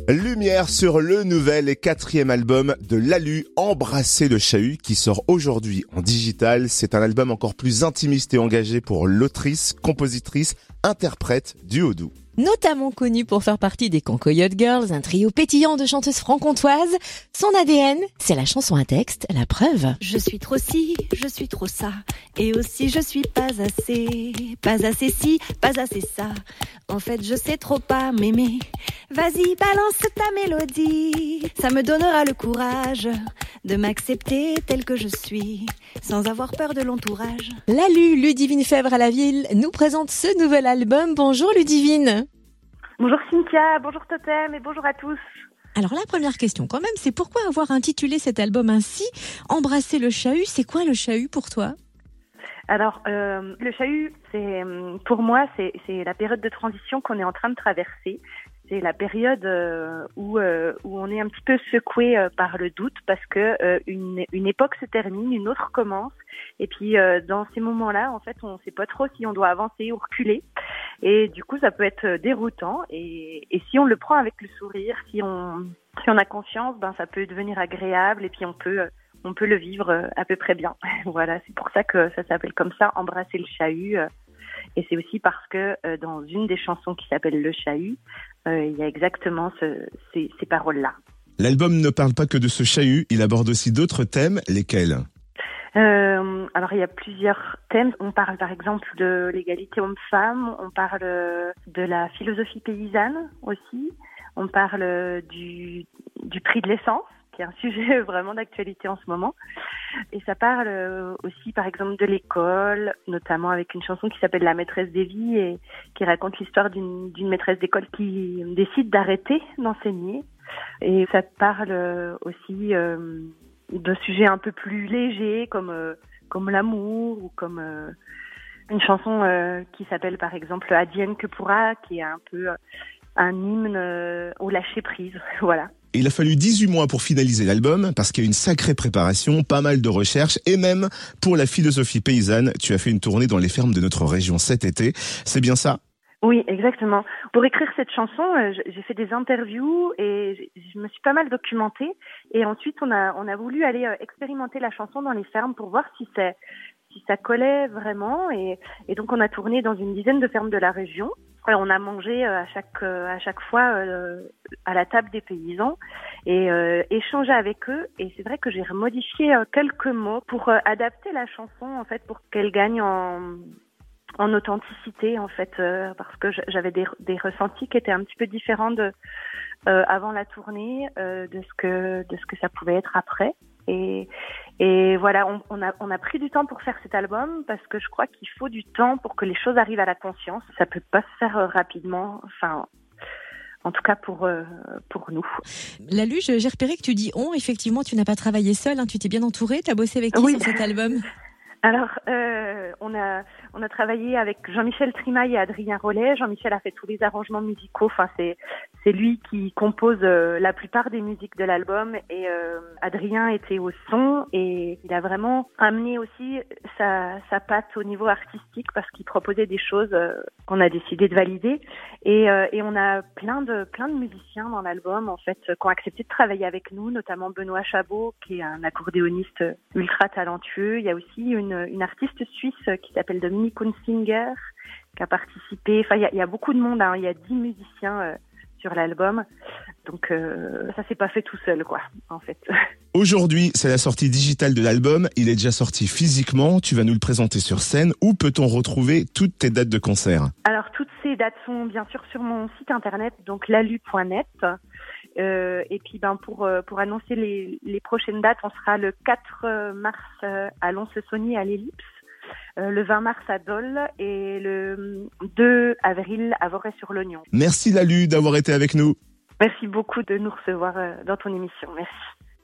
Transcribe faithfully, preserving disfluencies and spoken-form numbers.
Lumière sur le nouvel et quatrième album de Lalu, Embrasser le chahut, qui sort aujourd'hui en digital. C'est un album encore plus intimiste et engagé pour l'autrice, compositrice, interprète du Haut-Doubs. Notamment connue pour faire partie des Concoyote Girls, un trio pétillant de chanteuses franc-comtoises. Son A D N, c'est la chanson à texte, la preuve. Je suis trop ci, je suis trop ça, et aussi je suis pas assez, pas assez ci, pas assez ça. En fait, je sais trop pas m'aimer. Vas-y, balance ta mélodie, ça me donnera le courage de m'accepter telle que je suis, sans avoir peur de l'entourage. Lalu, Ludivine Febvre à la ville, nous présente ce nouvel album. Bonjour Ludivine. Bonjour Cynthia, bonjour Totem et bonjour à tous. Alors la première question quand même, c'est pourquoi avoir intitulé cet album ainsi, Embrasser le chahut, c'est quoi le chahut pour toi ? Alors euh, le chahut, c'est pour moi, c'est, c'est la période de transition qu'on est en train de traverser. C'est la période euh, où euh, où on est un petit peu secoué euh, par le doute parce que euh, une une époque se termine, une autre commence. Et puis euh, dans ces moments-là, en fait, on ne sait pas trop si on doit avancer ou reculer. Et du coup, ça peut être déroutant. Et, et si on le prend avec le sourire, si on si on a confiance, ben ça peut devenir agréable et puis on peut on peut le vivre à peu près bien. Voilà, c'est pour ça que ça s'appelle comme ça, Embrasser le chahut. Et c'est aussi parce que euh, dans une des chansons qui s'appelle Le Chahut, euh, il y a exactement ce, ces, ces paroles-là. L'album ne parle pas que de ce chahut, il aborde aussi d'autres thèmes, lesquels ? euh, Alors il y a plusieurs thèmes. On parle par exemple de l'égalité homme-femme, on parle de la philosophie paysanne aussi, on parle du, du prix de l'essence, qui est un sujet vraiment d'actualité en ce moment. Et ça parle aussi, par exemple, de l'école, notamment avec une chanson qui s'appelle La maîtresse des vies et qui raconte l'histoire d'une, d'une maîtresse d'école qui décide d'arrêter d'enseigner. Et ça parle aussi euh, de sujets un peu plus légers, comme euh, comme l'amour ou comme euh, une chanson euh, qui s'appelle, par exemple, Advienne que pourra, qui est un peu euh, un hymne euh, au lâcher-prise. Voilà. Il a fallu dix-huit mois pour finaliser l'album parce qu'il y a une sacrée préparation, pas mal de recherches et même pour la philosophie paysanne, tu as fait une tournée dans les fermes de notre région cet été. C'est bien ça ? Oui, exactement. Pour écrire cette chanson, j'ai fait des interviews et je me suis pas mal documentée. Et ensuite, on a on a voulu aller expérimenter la chanson dans les fermes pour voir si c'est si ça collait vraiment. Et, et donc, on a tourné dans une dizaine de fermes de la région. On a mangé à chaque à chaque fois euh, à la table des paysans et euh, échangé avec eux. Et c'est vrai que j'ai remodifié euh, quelques mots pour euh, adapter la chanson en fait pour qu'elle gagne en en authenticité en fait euh, parce que j'avais des des ressentis qui étaient un petit peu différents de euh, avant la tournée euh, de ce que de ce que ça pouvait être après. Et, et voilà, on, on, a, on a pris du temps pour faire cet album parce que je crois qu'il faut du temps pour que les choses arrivent à la conscience. Ça peut pas se faire euh, rapidement, enfin, en tout cas pour, euh, pour nous. Lalu, j'ai repéré que tu dis on, effectivement, tu n'as pas travaillé seule, hein, tu t'es bien entourée, tu as bossé avec qui oui. sur cet album ? Alors, euh, on a on a travaillé avec Jean-Michel Trimaille et Adrien Rollet. Jean-Michel a fait tous les arrangements musicaux. Enfin, c'est c'est lui qui compose euh, la plupart des musiques de l'album. Et euh, Adrien était au son et il a vraiment amené aussi sa sa patte au niveau artistique parce qu'il proposait des choses euh, qu'on a décidé de valider. Et euh, et on a plein de plein de musiciens dans l'album en fait qui ont accepté de travailler avec nous, notamment Benoît Chabot qui est un accordéoniste ultra talentueux. Il y a aussi une une artiste suisse qui s'appelle Dominique Hunsinger qui a participé. Enfin, il y a, il y a beaucoup de monde. Hein. Il y a dix musiciens euh, sur l'album. Donc, euh, ça s'est pas fait tout seul, quoi, en fait. Aujourd'hui, c'est la sortie digitale de l'album. Il est déjà sorti physiquement. Tu vas nous le présenter sur scène. Où peut-on retrouver toutes tes dates de concert ? Alors, toutes ces dates sont bien sûr sur mon site internet, donc lalu point net. Euh, et puis, ben, pour pour annoncer les, les prochaines dates, on sera le quatre mars à Lons-le-Saunier à l'Ellipse, euh, le vingt mars à Dole et le deux avril à Voray-sur-l'Oignon. Merci Lalu d'avoir été avec nous. Merci beaucoup de nous recevoir dans ton émission. Merci.